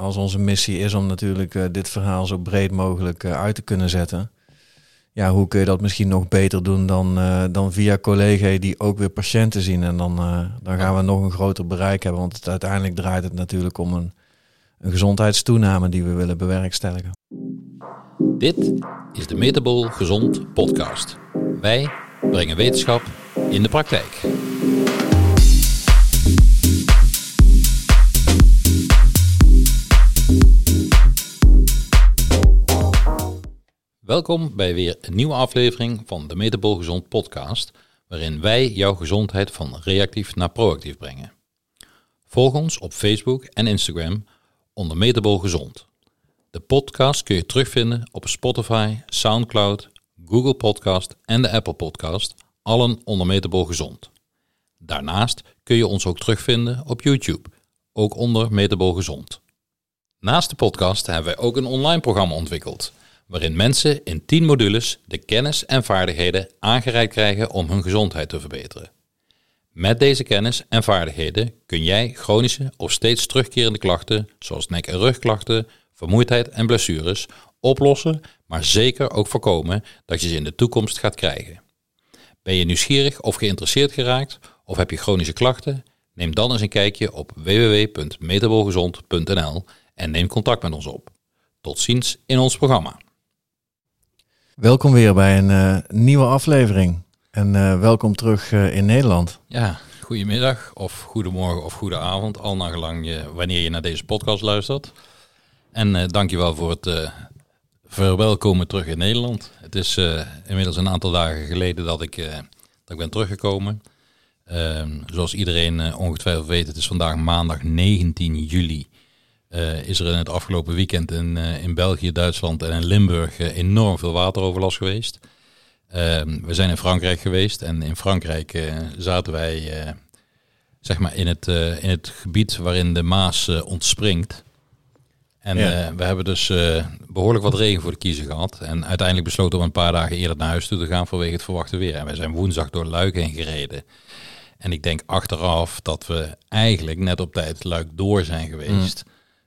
als onze missie is om natuurlijk dit verhaal zo breed mogelijk uit te kunnen zetten. Ja, hoe kun je dat misschien nog beter doen dan via collega's die ook weer patiënten zien. En dan gaan we nog een groter bereik hebben. Want uiteindelijk draait het natuurlijk om een gezondheidstoename die we willen bewerkstelligen. Dit is de Metabol Gezond podcast. Wij brengen wetenschap in de praktijk. Welkom bij weer een nieuwe aflevering van de Metabol Gezond podcast, waarin wij jouw gezondheid van reactief naar proactief brengen. Volg ons op Facebook en Instagram onder Metabol Gezond. De podcast kun je terugvinden op Spotify, Soundcloud, Google Podcast en de Apple Podcast, allen onder Metabol Gezond. Daarnaast kun je ons ook terugvinden op YouTube, ook onder Metabol Gezond. Naast de podcast hebben wij ook een online programma ontwikkeld, waarin mensen in 10 modules de kennis en vaardigheden aangereikt krijgen om hun gezondheid te verbeteren. Met deze kennis en vaardigheden kun jij chronische of steeds terugkerende klachten, zoals nek- en rugklachten, vermoeidheid en blessures, oplossen, maar zeker ook voorkomen dat je ze in de toekomst gaat krijgen. Ben je nieuwsgierig of geïnteresseerd geraakt of heb je chronische klachten? Neem dan eens een kijkje op www.metabolgezond.nl en neem contact met ons op. Tot ziens in ons programma. Welkom weer bij een nieuwe aflevering. En welkom terug in Nederland. Ja, goedemiddag of goedemorgen of goede avond, al naar gelang wanneer je naar deze podcast luistert. En dankjewel voor het verwelkomen terug in Nederland. Het is inmiddels een aantal dagen geleden dat ik ben teruggekomen. Zoals iedereen ongetwijfeld weet, het is vandaag maandag 19 juli. Is er in het afgelopen weekend in België, Duitsland en in Limburg enorm veel wateroverlast geweest. We zijn in Frankrijk geweest en in Frankrijk zaten wij zeg maar in het gebied waarin de Maas ontspringt. En we hebben dus behoorlijk wat regen voor de kiezer gehad. En uiteindelijk besloten we een paar dagen eerder naar huis toe te gaan vanwege het verwachte weer. En wij zijn woensdag door Luik heen gereden. En ik denk achteraf dat we eigenlijk net op tijd Luik door zijn geweest.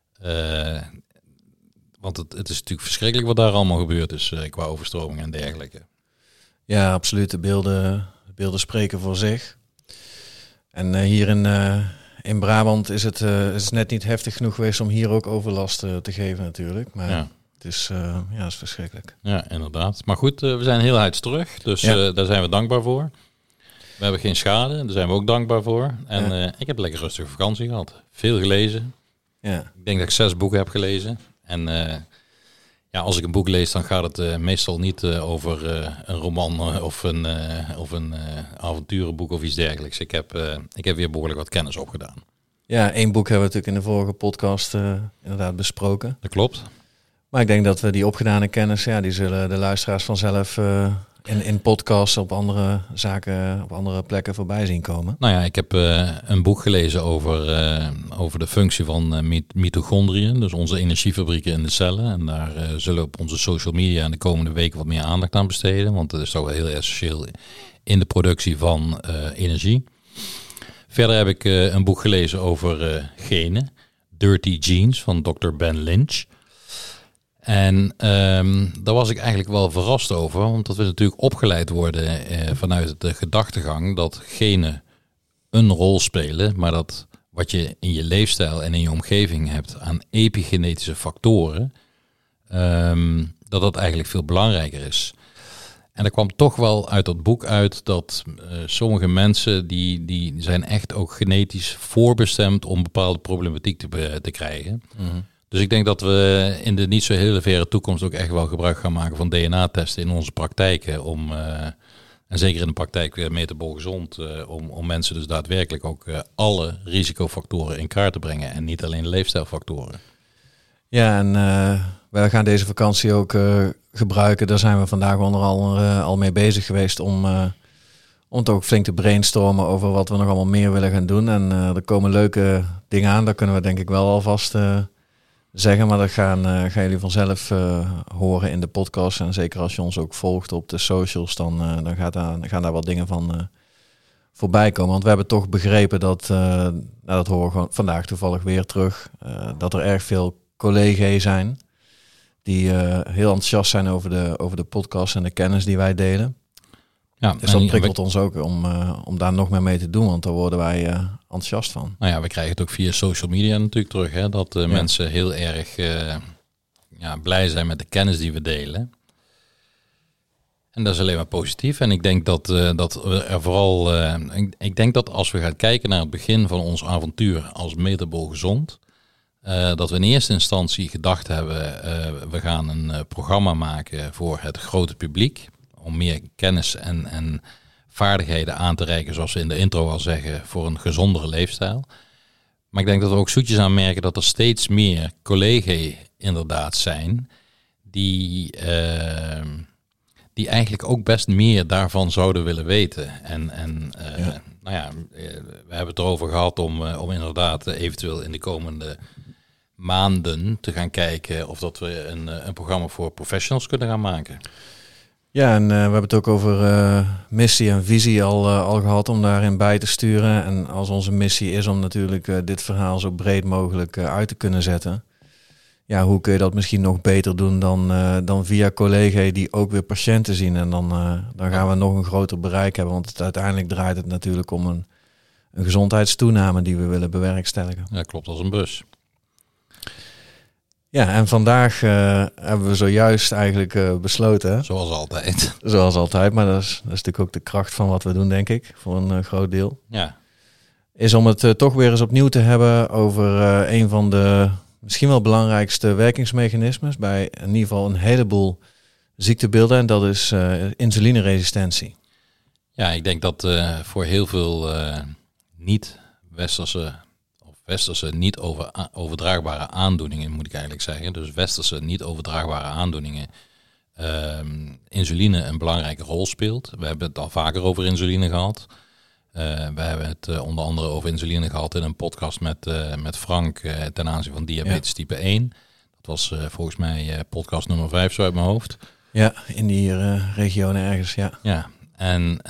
Want het is natuurlijk verschrikkelijk wat daar allemaal gebeurd is qua overstroming en dergelijke. Ja, absoluut. De beelden spreken voor zich. En hier in Brabant is het net niet heftig genoeg geweest om hier ook overlast te geven natuurlijk. Maar het is verschrikkelijk. Ja, inderdaad. Maar goed, we zijn heel heids terug. Dus daar zijn we dankbaar voor. We hebben geen schade, daar zijn we ook dankbaar voor. En ik heb lekker rustige vakantie gehad. Veel gelezen. Ja. Ik denk dat ik 6 boeken heb gelezen. En als ik een boek lees, dan gaat het meestal niet over een roman of een avonturenboek of iets dergelijks. Ik heb weer behoorlijk wat kennis opgedaan. Ja, 1 boek hebben we natuurlijk in de vorige podcast inderdaad besproken. Dat klopt. Maar ik denk dat we die opgedane kennis, die zullen de luisteraars vanzelf in podcasts op andere zaken, op andere plekken voorbij zien komen. Nou ja, ik heb een boek gelezen over de functie van mitochondriën, dus onze energiefabrieken in de cellen. En daar zullen we op onze social media in de komende weken wat meer aandacht aan besteden, want dat is toch wel heel essentieel in de productie van energie. Verder heb ik een boek gelezen over genen, Dirty Genes van Dr. Ben Lynch. En daar was ik eigenlijk wel verrast over, omdat we natuurlijk opgeleid worden vanuit de gedachtegang dat genen een rol spelen, maar dat wat je in je leefstijl en in je omgeving hebt aan epigenetische factoren, dat eigenlijk veel belangrijker is. En er kwam toch wel uit dat boek uit dat sommige mensen die zijn echt ook genetisch voorbestemd om bepaalde problematiek te krijgen. Mm-hmm. Dus ik denk dat we in de niet zo hele verre toekomst ook echt wel gebruik gaan maken van DNA-testen in onze praktijken. En zeker in de praktijk weer Metabol Gezond, om mensen dus daadwerkelijk ook alle risicofactoren in kaart te brengen en niet alleen de leefstijlfactoren. Ja, en wij gaan deze vakantie ook gebruiken. Daar zijn we vandaag onder al mee bezig geweest om toch ook flink te brainstormen over wat we nog allemaal meer willen gaan doen. En er komen leuke dingen aan, daar kunnen we denk ik wel alvast zeggen, maar dat gaan jullie vanzelf horen in de podcast. En zeker als je ons ook volgt op de socials, dan gaan daar wat dingen van voorbij komen. Want we hebben toch begrepen dat, dat horen we gewoon vandaag toevallig weer terug, dat er erg veel collega's zijn. Die heel enthousiast zijn over de podcast en de kennis die wij delen. Ja, dus dat prikkelt ons ook om daar nog meer mee te doen. Want daar worden wij enthousiast van. Nou ja, we krijgen het ook via social media natuurlijk terug. Hè, dat mensen heel erg blij zijn met de kennis die we delen. En dat is alleen maar positief. En ik denk dat er vooral... ik denk dat als we gaan kijken naar het begin van ons avontuur als Metabol Gezond... dat we in eerste instantie gedacht hebben... we gaan een programma maken voor het grote publiek... om meer kennis en vaardigheden aan te reiken... zoals we in de intro al zeggen... voor een gezondere leefstijl. Maar ik denk dat we ook zoetjes aan merken... dat er steeds meer collega's inderdaad zijn... die eigenlijk ook best meer daarvan zouden willen weten. We hebben het erover gehad om inderdaad eventueel in de komende maanden te gaan kijken of dat we een programma voor professionals kunnen gaan maken. Ja, en we hebben het ook over missie en visie al gehad om daarin bij te sturen. En als onze missie is om natuurlijk dit verhaal zo breed mogelijk uit te kunnen zetten. Ja, hoe kun je dat misschien nog beter doen dan via collega's die ook weer patiënten zien. En dan gaan we nog een groter bereik hebben. Want uiteindelijk draait het natuurlijk om een gezondheidstoename die we willen bewerkstelligen. Ja, klopt als een bus. Ja, en vandaag hebben we zojuist eigenlijk besloten. Hè? Zoals altijd. Zoals altijd, maar dat is natuurlijk ook de kracht van wat we doen, denk ik. Voor een groot deel. Ja. Is om het toch weer eens opnieuw te hebben over een van de... misschien wel belangrijkste werkingsmechanismes bij in ieder geval een heleboel ziektebeelden. En dat is insulineresistentie. Ja, ik denk dat voor heel veel niet-westerse of westerse niet overdraagbare aandoeningen, moet ik eigenlijk zeggen. Dus westerse niet overdraagbare aandoeningen. Insuline een belangrijke rol speelt. We hebben het al vaker over insuline gehad. We hebben het onder andere over insuline gehad in een podcast met Frank ten aanzien van diabetes type 1. Dat was volgens mij podcast nummer 5 zo uit mijn hoofd. Ja, in die regionen ergens, ja. Ja, en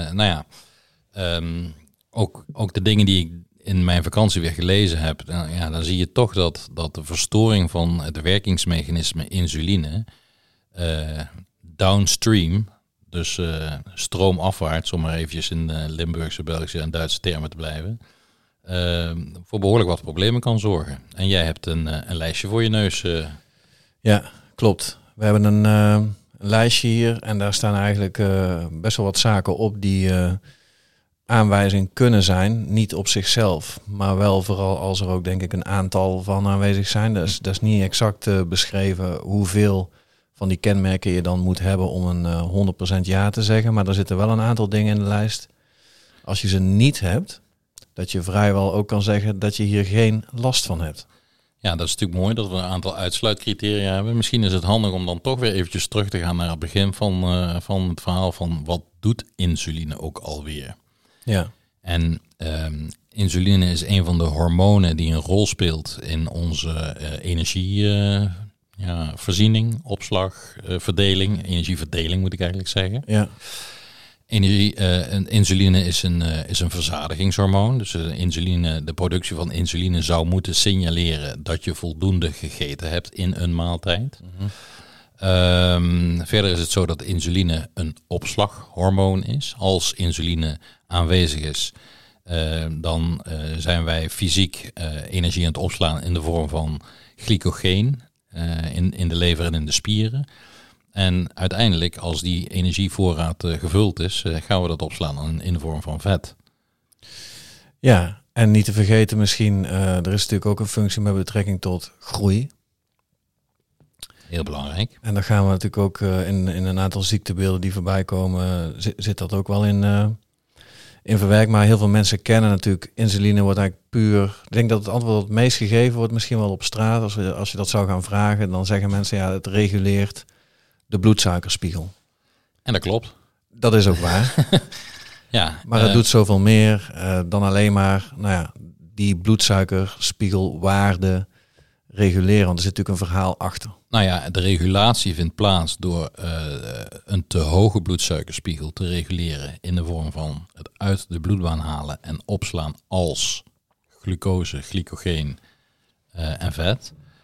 ook de dingen die ik in mijn vakantie weer gelezen heb, dan zie je toch dat de verstoring van het werkingsmechanisme insuline downstream... Dus stroomafwaarts, om maar eventjes in Limburgse, Belgische en Duitse termen te blijven, voor behoorlijk wat problemen kan zorgen. En jij hebt een lijstje voor je neus. Ja, klopt. We hebben een lijstje hier en daar staan eigenlijk best wel wat zaken op die aanwijzing kunnen zijn. Niet op zichzelf, maar wel vooral als er ook denk ik een aantal van aanwezig zijn. Dat is niet exact beschreven hoeveel van die kenmerken je dan moet hebben om een 100% ja te zeggen. Maar er zitten wel een aantal dingen in de lijst. Als je ze niet hebt, dat je vrijwel ook kan zeggen dat je hier geen last van hebt. Ja, dat is natuurlijk mooi dat we een aantal uitsluitcriteria hebben. Misschien is het handig om dan toch weer eventjes terug te gaan naar het begin van het verhaal van wat doet insuline ook alweer. Ja. En insuline is een van de hormonen die een rol speelt in onze voorziening, opslag, verdeling, energieverdeling moet ik eigenlijk zeggen. Ja. Insuline is een verzadigingshormoon. Dus de productie van insuline zou moeten signaleren dat je voldoende gegeten hebt in een maaltijd. Mm-hmm. Verder is het zo dat insuline een opslaghormoon is. Als insuline aanwezig is, dan zijn wij fysiek energie aan het opslaan in de vorm van glycogeen. In de lever en in de spieren. En uiteindelijk, als die energievoorraad gevuld is, gaan we dat opslaan in de vorm van vet. Ja, en niet te vergeten misschien, er is natuurlijk ook een functie met betrekking tot groei. Heel belangrijk. En dan gaan we natuurlijk ook in een aantal ziektebeelden die voorbij komen, zit dat ook wel in verwerkt. Maar heel veel mensen kennen natuurlijk, insuline wordt eigenlijk puur... Ik denk dat het antwoord het meest gegeven wordt misschien wel op straat. Als je dat zou gaan vragen, dan zeggen mensen, ja, het reguleert de bloedsuikerspiegel. En dat klopt. Dat is ook waar. Ja, maar het doet zoveel meer dan alleen maar die bloedsuikerspiegelwaarde reguleren. Want er zit natuurlijk een verhaal achter. Nou ja, de regulatie vindt plaats door een te hoge bloedsuikerspiegel te reguleren in de vorm van het uit de bloedbaan halen en opslaan als glucose, glycogeen en vet.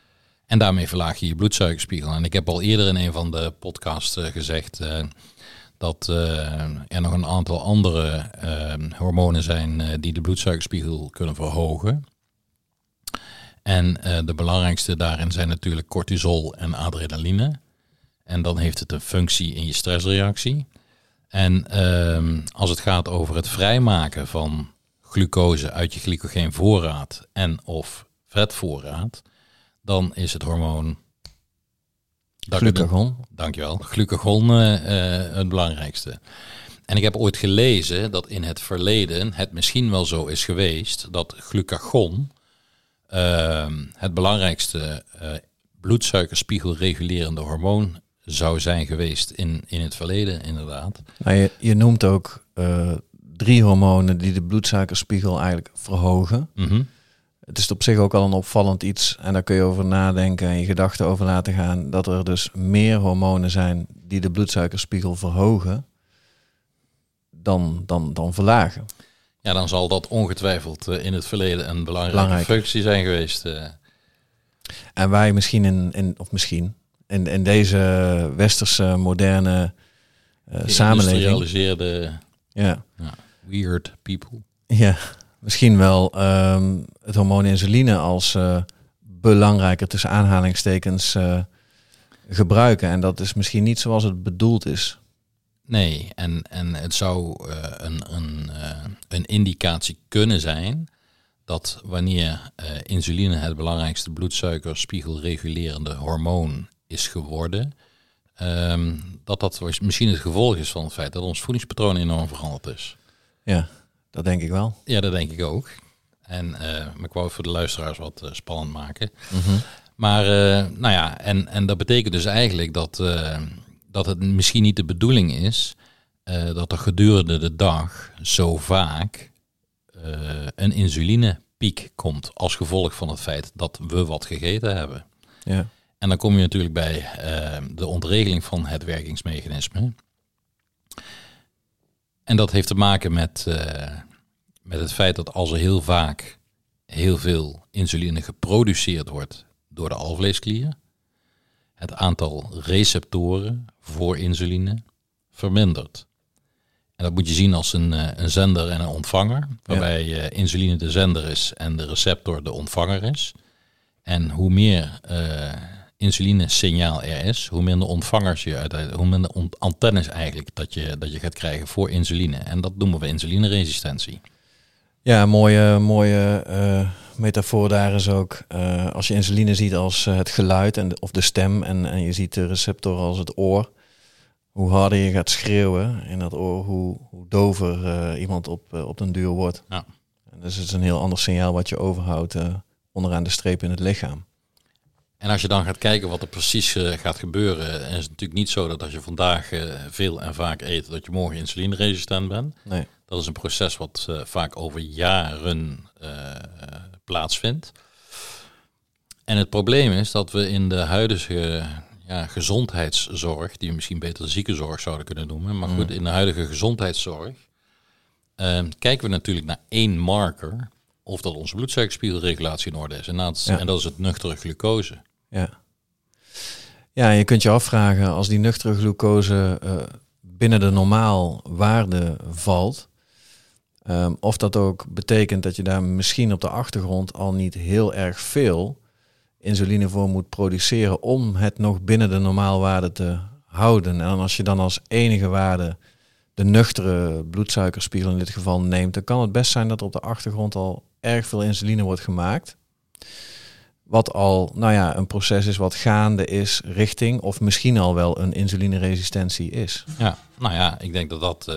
En daarmee verlaag je je bloedsuikerspiegel. En ik heb al eerder in een van de podcasts gezegd dat er nog een aantal andere hormonen zijn die de bloedsuikerspiegel kunnen verhogen. En de belangrijkste daarin zijn natuurlijk cortisol en adrenaline. En dan heeft het een functie in je stressreactie. En als het gaat over het vrijmaken van glucose uit je glycogeenvoorraad en of vetvoorraad, dan is het hormoon Glucagon. Dankjewel. Glucagon het belangrijkste. En ik heb ooit gelezen dat in het verleden het misschien wel zo is geweest dat glucagon het belangrijkste bloedsuikerspiegelregulerende hormoon zou zijn geweest in het verleden, inderdaad. Nou, je noemt ook 3 hormonen die de bloedsuikerspiegel eigenlijk verhogen. Mm-hmm. Het is op zich ook al een opvallend iets en daar kun je over nadenken en je gedachten over laten gaan, dat er dus meer hormonen zijn die de bloedsuikerspiegel verhogen dan verlagen. Ja, dan zal dat ongetwijfeld in het verleden een belangrijke functie zijn geweest. En wij misschien in deze westerse moderne samenleving. Geïndustrialiseerde weird people. Ja, misschien wel het hormoon insuline als belangrijker tussen aanhalingstekens gebruiken. En dat is misschien niet zoals het bedoeld is. Nee, en het zou een indicatie kunnen zijn dat wanneer insuline het belangrijkste bloedsuikerspiegelregulerende hormoon is geworden, dat misschien het gevolg is van het feit dat ons voedingspatroon enorm veranderd is. Ja, dat denk ik wel. Ja, dat denk ik ook. En ik wou het voor de luisteraars wat spannend maken. Mm-hmm. Maar en dat betekent dus eigenlijk dat het misschien niet de bedoeling is dat er gedurende de dag zo vaak een insulinepiek komt als gevolg van het feit dat we wat gegeten hebben. Ja. En dan kom je natuurlijk bij de ontregeling van het werkingsmechanisme. En dat heeft te maken met het feit dat als er heel vaak heel veel insuline geproduceerd wordt door de alvleesklier, het aantal receptoren voor insuline vermindert. En dat moet je zien als een zender en een ontvanger, waarbij insuline de zender is en de receptor de ontvanger is. En hoe meer insulinesignaal er is, hoe minder ontvangers hoe minder antennes eigenlijk dat je gaat krijgen voor insuline. En dat noemen we insulineresistentie. Ja, een mooie metafoor daar is ook als je insuline ziet als het geluid of de stem en je ziet de receptor als het oor. Hoe harder je gaat schreeuwen in dat oor, hoe dover iemand op den duur wordt. Ja. En dus het is een heel ander signaal wat je overhoudt onderaan de streep in het lichaam. En als je dan gaat kijken wat er precies gaat gebeuren, is het natuurlijk niet zo dat als je vandaag veel en vaak eet, dat je morgen insulineresistent bent. Nee. Dat is een proces wat vaak over jaren plaatsvindt. En het probleem is dat we in de huidige gezondheidszorg, die we misschien beter ziekenzorg zouden kunnen noemen, maar goed, in de huidige gezondheidszorg kijken we natuurlijk naar één marker of dat onze bloedsuikerspiegelregulatie in orde is. En dat is het nuchtere glucose. Ja, je kunt je afvragen als die nuchtere glucose binnen de normaal waarde valt, of dat ook betekent dat je daar misschien op de achtergrond al niet heel erg veel insuline voor moet produceren om het nog binnen de normaalwaarde te houden. En als je dan als enige waarde de nuchtere bloedsuikerspiegel in dit geval neemt, dan kan het best zijn dat er op de achtergrond al erg veel insuline wordt gemaakt. Wat al een proces is wat gaande is richting of misschien al wel een insulineresistentie is. Ja, ik denk dat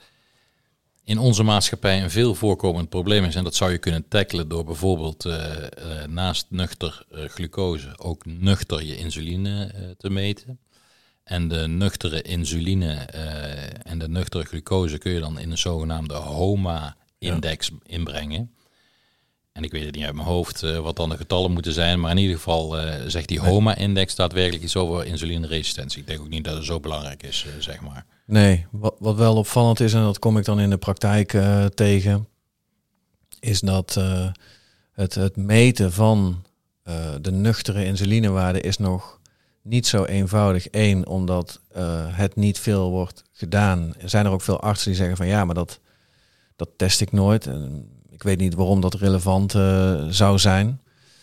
in onze maatschappij een veel voorkomend probleem is. En dat zou je kunnen tackelen door bijvoorbeeld naast nuchter glucose ook nuchter je insuline te meten. En de nuchtere insuline en de nuchtere glucose kun je dan in een zogenaamde HOMA-index inbrengen. En ik weet het niet uit mijn hoofd wat dan de getallen moeten zijn. Maar in ieder geval zegt die HOMA-index daadwerkelijk iets over insulineresistentie. Ik denk ook niet dat het zo belangrijk is, zeg maar. Nee, wat wel opvallend is, en dat kom ik dan in de praktijk tegen, is dat het meten van de nuchtere insulinewaarde is nog niet zo eenvoudig. Eén, omdat het niet veel wordt gedaan. Er zijn er ook veel artsen die zeggen van ja, maar dat test ik nooit. En ik weet niet waarom dat relevant zou zijn.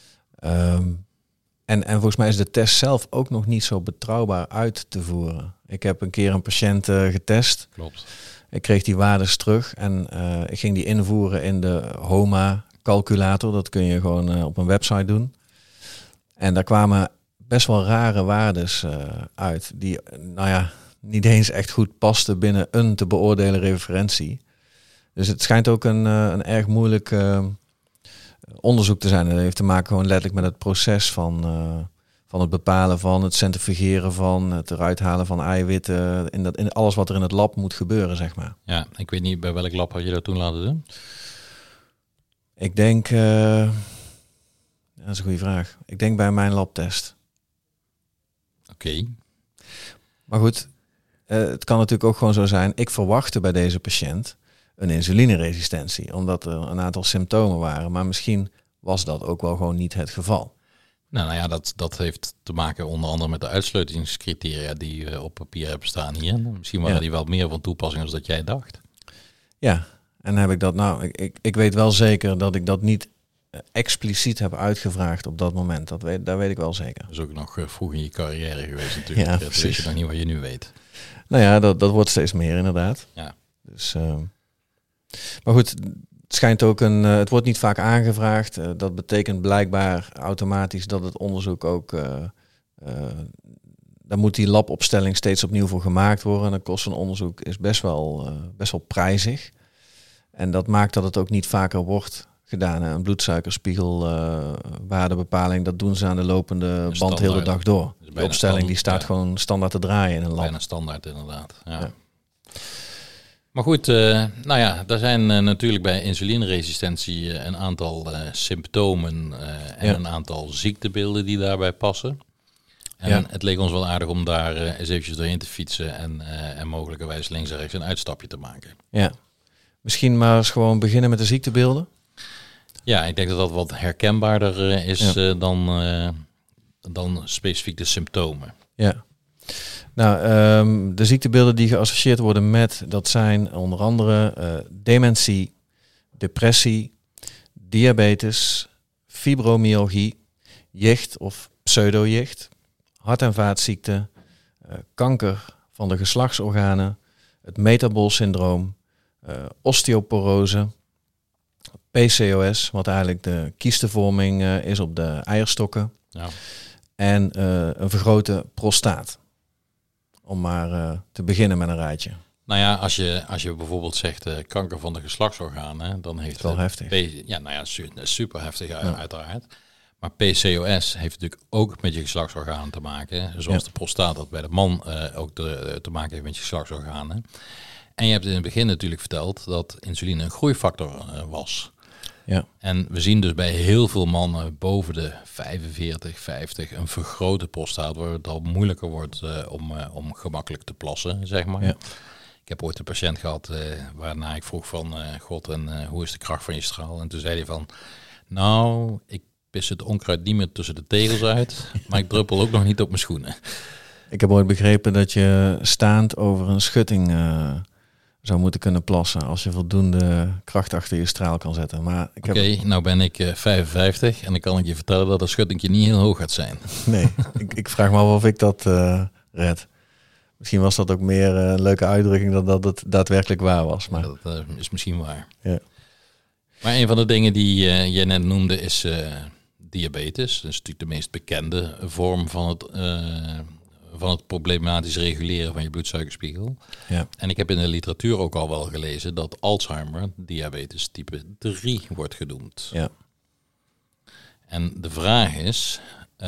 En volgens mij is de test zelf ook nog niet zo betrouwbaar uit te voeren. Ik heb een keer een patiënt getest. Klopt. Ik kreeg die waardes terug en ik ging die invoeren in de HOMA-calculator. Dat kun je gewoon op een website doen. En daar kwamen best wel rare waardes uit. Die, niet eens echt goed pasten binnen een te beoordelen referentie. Dus het schijnt ook een erg moeilijk onderzoek te zijn. En dat heeft te maken gewoon letterlijk met het proces van het bepalen van, het centrifugeren van, het eruit halen van eiwitten. In alles wat er in het lab moet gebeuren, zeg maar. Ja, ik weet niet bij welk lab had je dat toen laten doen? Ik denk, dat is een goede vraag. Ik denk bij mijn labtest. Oké. Maar goed, het kan natuurlijk ook gewoon zo zijn. Ik verwachtte bij deze patiënt een insulineresistentie, omdat er een aantal symptomen waren. Maar misschien was dat ook wel gewoon niet het geval. Nou ja, dat heeft te maken onder andere met de uitsluitingscriteria die we op papier hebben staan hier. Misschien waren die wel meer van toepassing dan dat jij dacht. Ja, en heb ik dat ik weet wel zeker dat ik dat niet expliciet heb uitgevraagd op dat moment. Daar weet ik wel zeker. Dat is ook nog vroeg in je carrière geweest natuurlijk. Ja, dat weet je nog niet wat je nu weet. Nou ja, dat wordt steeds meer inderdaad. Ja. Dus, maar goed, het schijnt ook het wordt niet vaak aangevraagd. Dat betekent blijkbaar automatisch dat het onderzoek ook, daar moet die labopstelling steeds opnieuw voor gemaakt worden. En de kost van onderzoek is best wel prijzig. En dat maakt dat het ook niet vaker wordt gedaan. Een bloedsuikerspiegelwaardebepaling, dat doen ze aan de lopende band heel de dag door. De opstelling die staat gewoon standaard te draaien in een lab. Bijna standaard inderdaad, ja. Maar goed, er zijn natuurlijk bij insulineresistentie een aantal symptomen en een aantal ziektebeelden die daarbij passen. En het leek ons wel aardig om daar eens eventjes doorheen te fietsen en mogelijkerwijs links en rechts een uitstapje te maken. Ja, misschien maar eens gewoon beginnen met de ziektebeelden. Ja, ik denk dat dat wat herkenbaarder is dan specifiek de symptomen. Ja. Nou, de ziektebeelden die geassocieerd worden met, dat zijn onder andere dementie, depressie, diabetes, fibromyalgie, jicht of pseudojicht, hart- en vaatziekten, kanker van de geslachtsorganen, het metabolsyndroom, osteoporose, PCOS, wat eigenlijk de kiestenvorming is op de eierstokken, en een vergrote prostaat. Om maar te beginnen met een rijtje. Nou ja, als je bijvoorbeeld zegt kanker van de geslachtsorganen, dan heeft het wel heftig. Super heftig uiteraard. Maar PCOS heeft natuurlijk ook met je geslachtsorganen te maken. Zoals de prostaat dat bij de man ook te maken heeft met je geslachtsorganen. En je hebt in het begin natuurlijk verteld dat insuline een groeifactor was. Ja. En we zien dus bij heel veel mannen boven de 45, 50 een vergrote prostaat, waar het al moeilijker wordt om gemakkelijk te plassen, zeg maar. Ja. Ik heb ooit een patiënt gehad waarna ik vroeg van, hoe is de kracht van je straal? En toen zei hij van, nou, ik pis het onkruid niet meer tussen de tegels uit, maar ik druppel ook nog niet op mijn schoenen. Ik heb ooit begrepen dat je staand over een schutting zou moeten kunnen plassen als je voldoende kracht achter je straal kan zetten. Maar nou ben ik 55 en dan kan ik je vertellen dat een schuttingje niet heel hoog gaat zijn. Nee, ik vraag me af of ik dat red. Misschien was dat ook meer een leuke uitdrukking dan dat het daadwerkelijk waar was. Maar ja, dat is misschien waar. Ja. Maar een van de dingen die je net noemde is diabetes. Dat is natuurlijk de meest bekende vorm van het problematisch reguleren van je bloedsuikerspiegel. Ja. En ik heb in de literatuur ook al wel gelezen dat Alzheimer diabetes type 3 wordt genoemd. Ja. En de vraag is,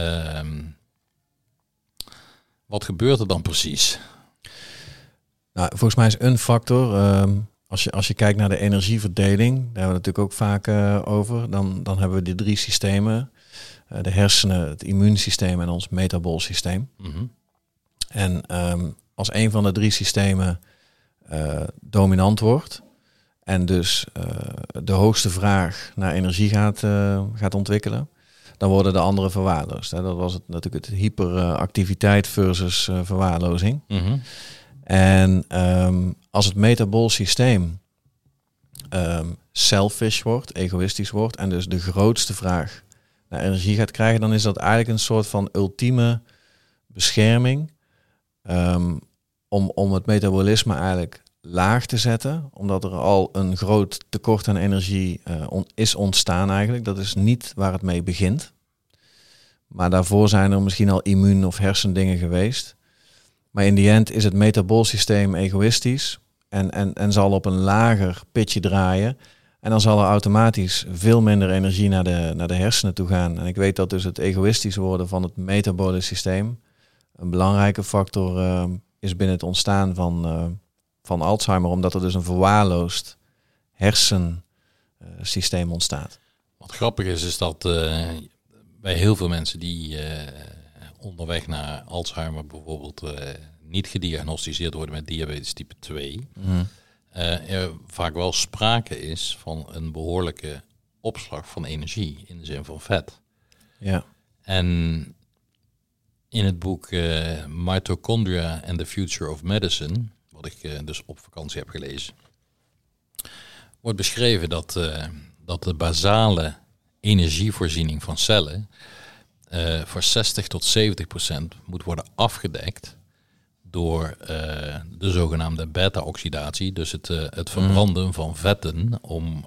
wat gebeurt er dan precies? Nou, volgens mij is een factor, als je kijkt naar de energieverdeling, daar hebben we het natuurlijk ook vaak over, dan hebben we die 3 systemen. De hersenen, het immuunsysteem en ons metabolsysteem. Mm-hmm. En als een van de 3 systemen dominant wordt en dus de hoogste vraag naar energie gaat ontwikkelen, dan worden de andere verwaarloosd. Hè. Dat was het natuurlijk het hyperactiviteit versus verwaarlozing. Mhm. En als het metabool systeem selfish wordt, egoïstisch wordt, en dus de grootste vraag naar energie gaat krijgen, dan is dat eigenlijk een soort van ultieme bescherming om het metabolisme eigenlijk laag te zetten, omdat er al een groot tekort aan energie is ontstaan eigenlijk. Dat is niet waar het mee begint. Maar daarvoor zijn er misschien al immuun- of hersendingen geweest. Maar in die end is het metaboolsysteem egoïstisch en zal op een lager pitje draaien. En dan zal er automatisch veel minder energie naar de hersenen toe gaan. En ik weet dat dus het egoïstisch worden van het metabolisch systeem een belangrijke factor is binnen het ontstaan van Alzheimer, omdat er dus een verwaarloosd hersensysteem ontstaat. Wat grappig is dat bij heel veel mensen die onderweg naar Alzheimer bijvoorbeeld niet gediagnosticeerd worden met diabetes type 2, er vaak wel sprake is van een behoorlijke opslag van energie in de zin van vet. Ja. En in het boek Mitochondria and the Future of Medicine, wat ik dus op vakantie heb gelezen, wordt beschreven dat de basale energievoorziening van cellen voor 60 tot 70% moet worden afgedekt door de zogenaamde beta-oxidatie, dus het verbranden van vetten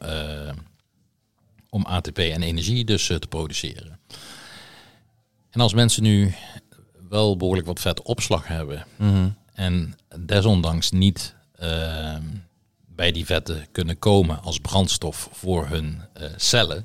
om ATP en energie dus te produceren. En als mensen nu wel behoorlijk wat vetopslag hebben en desondanks niet bij die vetten kunnen komen als brandstof voor hun cellen,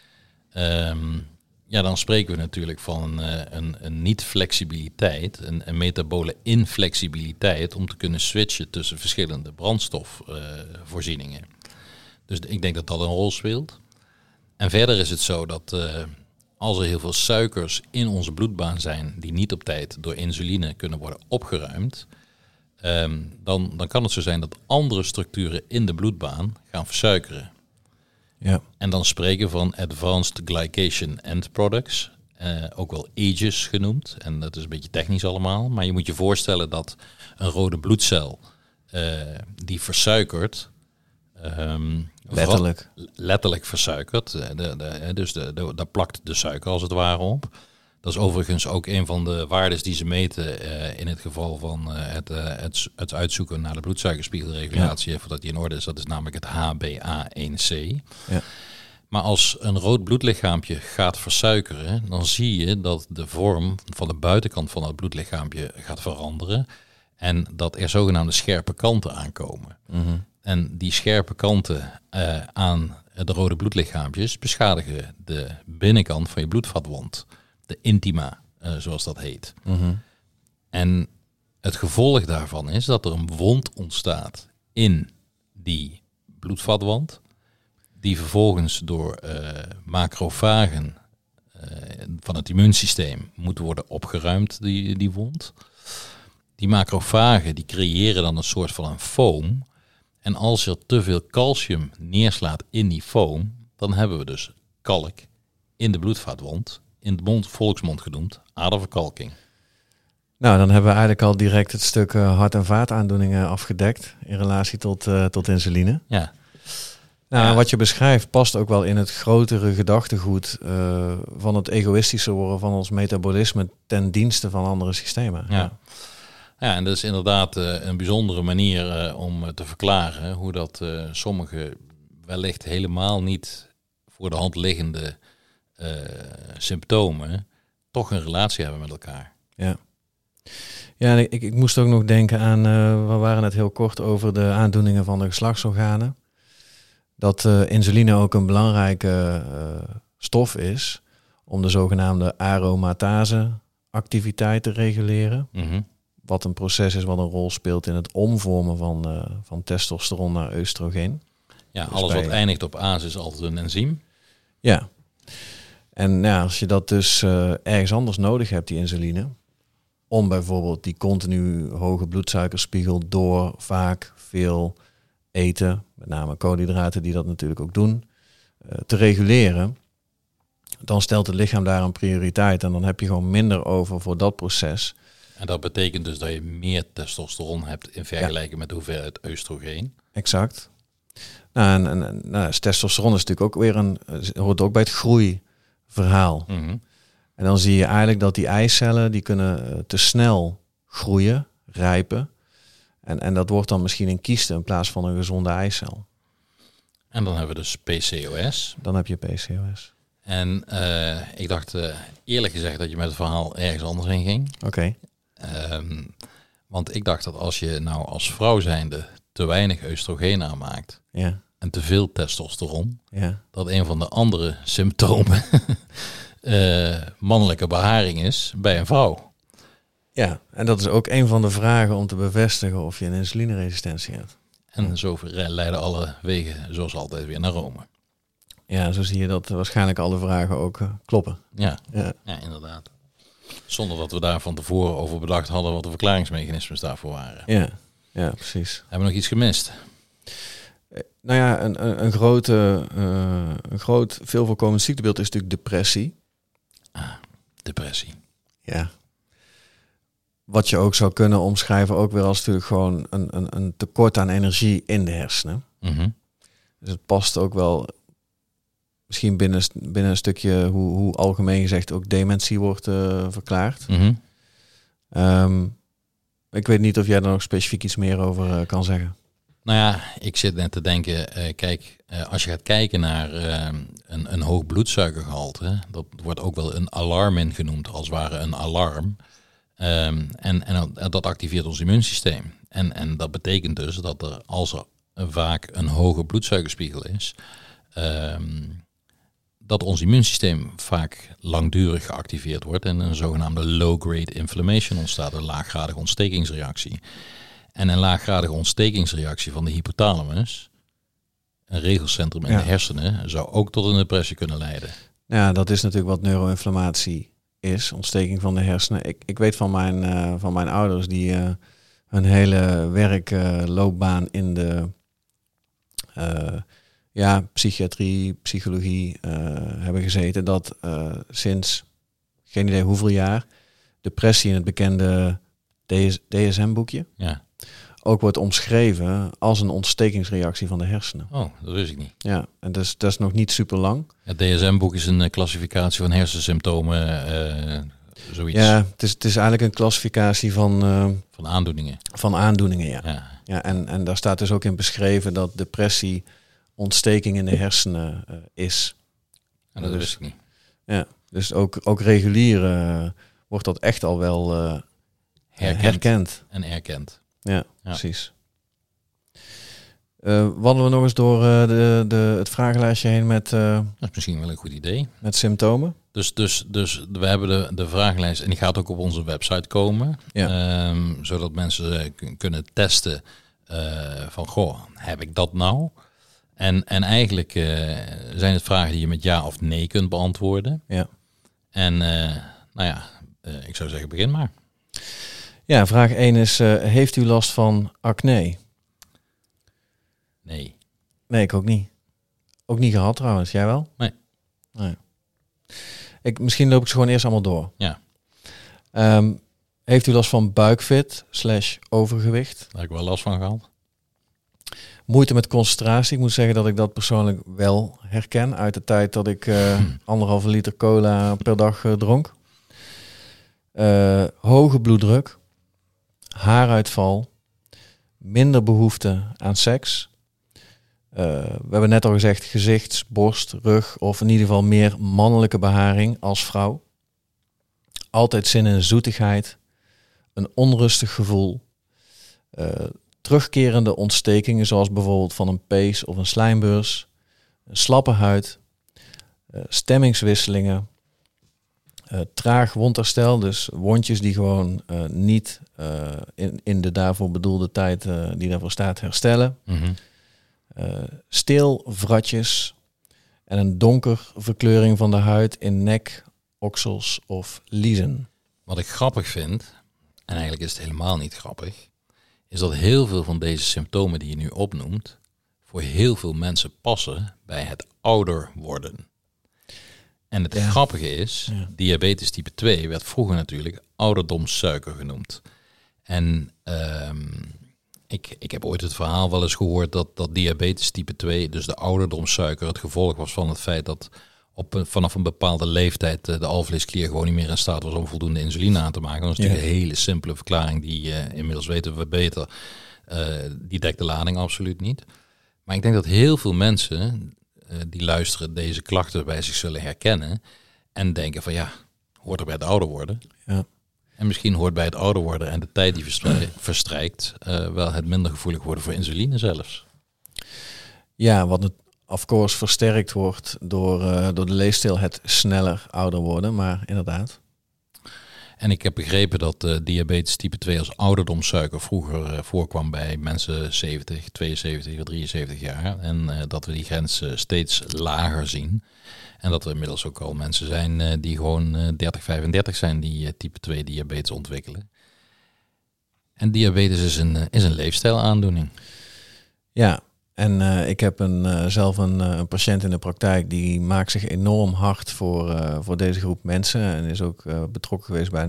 dan spreken we natuurlijk van een niet-flexibiliteit, een metabole inflexibiliteit om te kunnen switchen tussen verschillende brandstofvoorzieningen. Dus ik denk dat dat een rol speelt. En verder is het zo dat als er heel veel suikers in onze bloedbaan zijn die niet op tijd door insuline kunnen worden opgeruimd, dan kan het zo zijn dat andere structuren in de bloedbaan gaan versuikeren. Ja. En dan spreken van Advanced Glycation End Products, ook wel AGEs genoemd. En dat is een beetje technisch allemaal. Maar je moet je voorstellen dat een rode bloedcel die versuikert, letterlijk versuikert. Dus daar plakt de suiker als het ware op. Dat is overigens ook een van de waardes die ze meten in het geval van het uitzoeken naar de bloedsuikerspiegelregulatie, voordat die in orde is. Dat is namelijk het HbA1c. Ja. Maar als een rood bloedlichaampje gaat versuikeren, dan zie je dat de vorm van de buitenkant van het bloedlichaampje gaat veranderen en dat er zogenaamde scherpe kanten aankomen. Mm-hmm. En die scherpe kanten aan de rode bloedlichaampjes beschadigen de binnenkant van je bloedvatwand. De intima, zoals dat heet. Mm-hmm. En het gevolg daarvan is dat er een wond ontstaat in die bloedvatwand, die vervolgens door macrofagen van het immuunsysteem moet worden opgeruimd, die wond. Die macrofagen die creëren dan een soort van een foam. En als er te veel calcium neerslaat in die foam, dan hebben we dus kalk in de bloedvatwand, in de volksmond genoemd, aderverkalking. Nou, dan hebben we eigenlijk al direct het stuk hart- en vaataandoeningen afgedekt in relatie tot insuline. Ja. Nou, wat je beschrijft past ook wel in het grotere gedachtegoed van het egoïstische worden van ons metabolisme ten dienste van andere systemen. Ja, en dat is inderdaad een bijzondere manier om te verklaren hoe dat sommige wellicht helemaal niet voor de hand liggende symptomen toch een relatie hebben met elkaar. Ja. Ja, ik moest ook nog denken aan, we waren het heel kort over de aandoeningen van de geslachtsorganen. Dat insuline ook een belangrijke stof is om de zogenaamde aromatase activiteit te reguleren. Mm-hmm. Wat een proces is wat een rol speelt in het omvormen van testosteron naar oestrogeen. Ja, dus alles wat eindigt op ase is altijd een enzym. Ja. En ja, als je dat dus ergens anders nodig hebt, die insuline, om bijvoorbeeld die continu hoge bloedsuikerspiegel door vaak veel eten, met name koolhydraten die dat natuurlijk ook doen, te reguleren, dan stelt het lichaam daar een prioriteit. En dan heb je gewoon minder over voor dat proces. En dat betekent dus dat je meer testosteron hebt in vergelijking met de hoeveelheid oestrogeen. Exact. Nou, en testosteron is natuurlijk ook weer hoort ook bij het groeiverhaal. Mm-hmm. En dan zie je eigenlijk dat die eicellen, die kunnen te snel groeien, rijpen. En dat wordt dan misschien een kieste in plaats van een gezonde eicel. En dan hebben we dus PCOS. Dan heb je PCOS. En ik dacht eerlijk gezegd dat je met het verhaal ergens anders heen ging. Oké. Want ik dacht dat als je nou als vrouw zijnde te weinig oestrogeen aanmaakt Ja. en te veel testosteron, Ja. dat een van de andere symptomen mannelijke beharing is bij een vrouw. Ja, en dat is ook een van de vragen om te bevestigen of je een insulineresistentie hebt. En zo leiden alle wegen zoals altijd weer naar Rome. Ja, zo zie je dat waarschijnlijk alle vragen ook kloppen. Ja. Ja. Ja, inderdaad. Zonder dat we daar van tevoren over bedacht hadden wat de verklaringsmechanismes daarvoor waren. Ja, precies. Hebben we nog iets gemist? Nou ja, een groot veel voorkomend ziektebeeld is natuurlijk depressie. Depressie. Ja. Wat je ook zou kunnen omschrijven ook weer als natuurlijk gewoon een tekort aan energie in de hersenen. Mm-hmm. Dus het past ook wel misschien binnen een stukje hoe algemeen gezegd ook dementie wordt verklaard. Mm-hmm. Ik weet niet of jij daar nog specifiek iets meer over kan zeggen. Nou ja, ik zit net te denken, als je gaat kijken naar een hoog bloedsuikergehalte, dat wordt ook wel een alarm genoemd, als het ware een alarm. En dat activeert ons immuunsysteem. En dat betekent dus dat als er vaak een hoge bloedsuikerspiegel is, dat ons immuunsysteem vaak langdurig geactiveerd wordt en een zogenaamde low-grade inflammation ontstaat, een laaggradige ontstekingsreactie. En een laaggradige ontstekingsreactie van de hypothalamus, een regelcentrum in de hersenen, zou ook tot een depressie kunnen leiden. Ja, dat is natuurlijk wat neuroinflammatie is, ontsteking van de hersenen. Ik weet van mijn ouders die hun hele werkloopbaan in de psychiatrie, psychologie hebben gezeten, dat sinds geen idee hoeveel jaar depressie in het bekende DSM-boekje ook wordt omschreven als een ontstekingsreactie van de hersenen. Oh, dat wist ik niet. Ja, en dat is nog niet super lang. Het DSM-boek is een klassificatie van hersensymptomen, zoiets. Ja, het is eigenlijk een klassificatie van aandoeningen. Van aandoeningen, ja. En daar staat dus ook in beschreven dat depressie ontsteking in de hersenen is. En dat wist ik niet. Ja, dus ook regulier wordt dat echt al wel herkend. En erkend. Ja, precies. Wandelen we nog eens door het vragenlijstje heen met... dat is misschien wel een goed idee. Met symptomen. Dus we hebben de vragenlijst en die gaat ook op onze website komen. Ja. Zodat mensen kunnen testen van, goh, heb ik dat nou? En eigenlijk zijn het vragen die je met ja of nee kunt beantwoorden. Ja. En ik zou zeggen, begin maar. Ja, vraag 1 is, heeft u last van acne? Nee. Nee, ik ook niet. Ook niet gehad trouwens. Jij wel? Nee. Misschien loop ik ze gewoon eerst allemaal door. Ja. Heeft u last van buikfit / overgewicht? Daar heb ik wel last van gehad. Moeite met concentratie. Ik moet zeggen dat ik dat persoonlijk wel herken uit de tijd dat ik 1,5 liter cola per dag dronk. Hoge bloeddruk, haaruitval, minder behoefte aan seks. We hebben net al gezegd gezicht, borst, rug of in ieder geval meer mannelijke beharing als vrouw. Altijd zin in zoetigheid, een onrustig gevoel, terugkerende ontstekingen zoals bijvoorbeeld van een pees of een slijmbeurs, een slappe huid, stemmingswisselingen, traag wondherstel, dus wondjes die gewoon niet in de daarvoor bedoelde tijd die daarvoor staat herstellen. Mm-hmm. Steelvratjes en een donker verkleuring van de huid in nek, oksels of liezen. Wat ik grappig vind, en eigenlijk is het helemaal niet grappig, is dat heel veel van deze symptomen die je nu opnoemt, voor heel veel mensen passen bij het ouder worden. En het grappige is, diabetes type 2 werd vroeger natuurlijk ouderdomssuiker genoemd. En ik heb ooit het verhaal wel eens gehoord dat diabetes type 2, dus de ouderdomssuiker, het gevolg was van het feit dat vanaf een bepaalde leeftijd de alvleesklier gewoon niet meer in staat was om voldoende insuline aan te maken. Dat is natuurlijk een hele simpele verklaring die inmiddels weten we beter. Die dekt de lading absoluut niet. Maar ik denk dat heel veel mensen die luisteren deze klachten bij zich zullen herkennen en denken van hoort er bij het ouder worden. Ja. En misschien hoort bij het ouder worden en de tijd die verstrijkt wel het minder gevoelig worden voor insuline zelfs. Ja, wat het of course versterkt wordt door de leefstijl het sneller ouder worden, maar inderdaad. En ik heb begrepen dat diabetes type 2 als ouderdomssuiker vroeger voorkwam bij mensen 70, 72 of 73 jaar. En dat we die grens steeds lager zien. En dat er inmiddels ook al mensen zijn die gewoon 30, 35 zijn die type 2 diabetes ontwikkelen. En diabetes is een leefstijlaandoening. Ja, en ik heb zelf een patiënt in de praktijk die maakt zich enorm hard voor deze groep mensen. En is ook betrokken geweest bij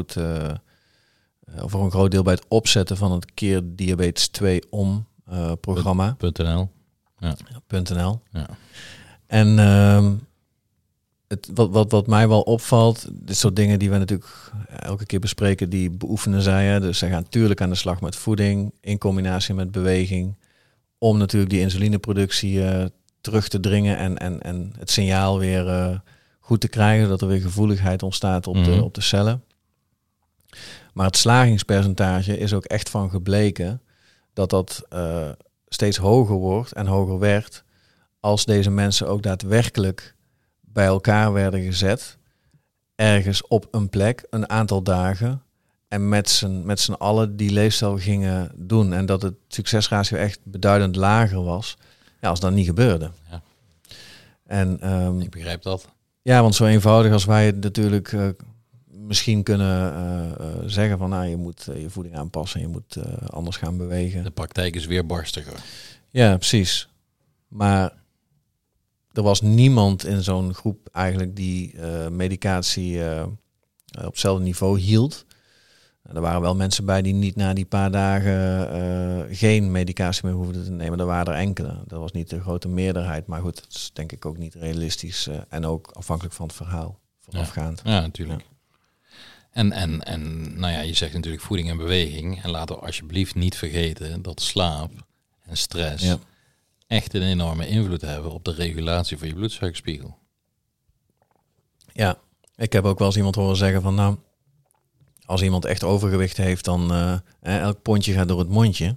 voor een groot deel bij het opzetten van het Keer Diabetes 2 Om programma. .nl. Ja. .nl. Ja. En wat mij wel opvalt, dit soort dingen die we natuurlijk elke keer bespreken, die beoefenen zij. Hè. Dus zij gaan natuurlijk aan de slag met voeding in combinatie met beweging. Om natuurlijk die insulineproductie terug te dringen en het signaal weer goed te krijgen, dat er weer gevoeligheid ontstaat op de cellen. Maar het slagingspercentage is ook echt van gebleken dat steeds hoger wordt en hoger werd als deze mensen ook daadwerkelijk bij elkaar werden gezet, ergens op een plek, een aantal dagen, en met z'n allen die leefstijl gingen doen. En dat het succesratio echt beduidend lager was als dat niet gebeurde. Ja. En, ik begrijp dat. Ja, want zo eenvoudig als wij het natuurlijk misschien kunnen zeggen van je moet je voeding aanpassen, je moet anders gaan bewegen. De praktijk is weer barstiger. Ja, precies. Maar er was niemand in zo'n groep eigenlijk die medicatie op hetzelfde niveau hield. Er waren wel mensen bij die niet na die paar dagen geen medicatie meer hoefden te nemen. Er waren er enkele. Dat was niet de grote meerderheid. Maar goed, dat is denk ik ook niet realistisch. En ook afhankelijk van het verhaal voorafgaand. Ja, natuurlijk. Ja. En je zegt natuurlijk voeding en beweging. En laten we alsjeblieft niet vergeten dat slaap en stress echt een enorme invloed hebben op de regulatie van je bloedsuikerspiegel. Ja, ik heb ook wel eens iemand horen zeggen van als iemand echt overgewicht heeft, dan elk pondje gaat door het mondje.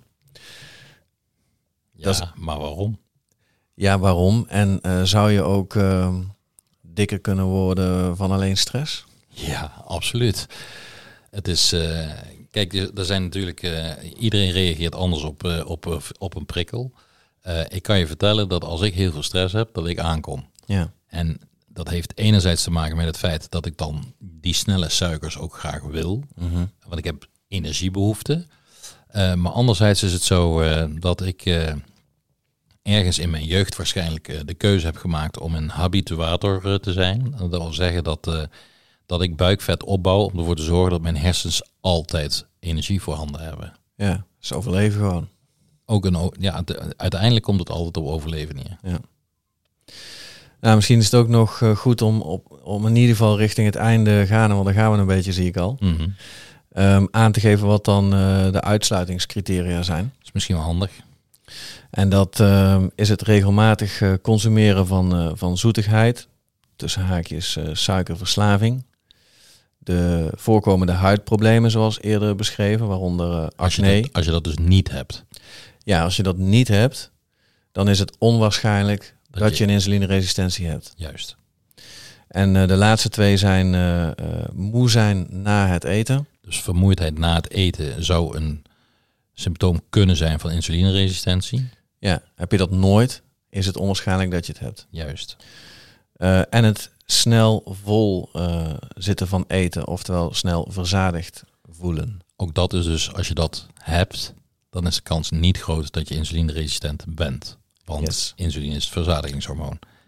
Ja, maar waarom? Ja, waarom? En zou je ook dikker kunnen worden van alleen stress? Ja, absoluut. Het is, kijk, er zijn natuurlijk, iedereen reageert anders op een prikkel. Ik kan je vertellen dat als ik heel veel stress heb, dat ik aankom. Ja. En dat heeft enerzijds te maken met het feit dat ik dan die snelle suikers ook graag wil. Mm-hmm. Want ik heb energiebehoefte. Maar anderzijds is het zo dat ik ergens in mijn jeugd waarschijnlijk de keuze heb gemaakt om een habituator te zijn. Dat wil zeggen dat ik buikvet opbouw om ervoor te zorgen dat mijn hersens altijd energie voorhanden hebben. Ja, is overleven gewoon. Uiteindelijk komt het altijd op overleven neer. Ja. Nou, misschien is het ook nog goed om in ieder geval richting het einde gaan, want daar gaan we een beetje, zie ik al. Mm-hmm. Aan te geven wat dan de uitsluitingscriteria zijn. Dat is misschien wel handig. En dat is het regelmatig consumeren van zoetigheid, tussen haakjes suikerverslaving. De voorkomende huidproblemen, zoals eerder beschreven, waaronder acne. Als je dat dus niet hebt. Ja, als je dat niet hebt, dan is het onwaarschijnlijk dat je een insulineresistentie hebt. Juist. En de laatste twee zijn moe zijn na het eten. Dus vermoeidheid na het eten zou een symptoom kunnen zijn van insulineresistentie. Ja, heb je dat nooit, is het onwaarschijnlijk dat je het hebt. Juist. En het snel vol zitten van eten, oftewel snel verzadigd voelen. Ook dat is dus, als je dat hebt, dan is de kans niet groot dat je insulineresistent bent. Want insuline is het verzadigingshormoon.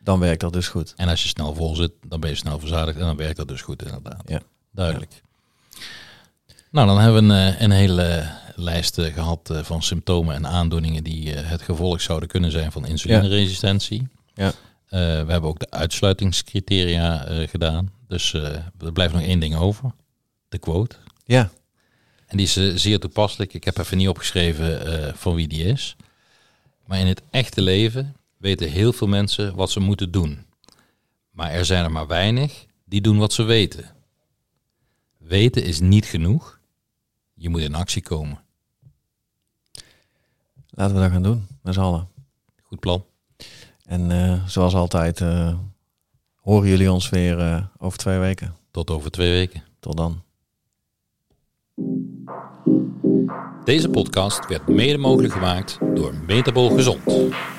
dan werkt dat dus goed. En als je snel vol zit, dan ben je snel verzadigd en dan werkt dat dus goed inderdaad. Ja. Duidelijk. Ja. Nou, dan hebben we een hele lijst gehad van symptomen en aandoeningen die het gevolg zouden kunnen zijn van insulineresistentie. Ja. We hebben ook de uitsluitingscriteria gedaan. Dus er blijft nog 1 ding over. De quote. Ja. En die is zeer toepasselijk. Ik heb even niet opgeschreven van wie die is. Maar in het echte leven weten heel veel mensen wat ze moeten doen. Maar er zijn er maar weinig die doen wat ze weten. Weten is niet genoeg. Je moet in actie komen. Laten we dat gaan doen, met z'n allen. Goed plan. En zoals altijd horen jullie ons weer over 2 weken. Tot over 2 weken. Tot dan. Deze podcast werd mede mogelijk gemaakt door Metabool Gezond.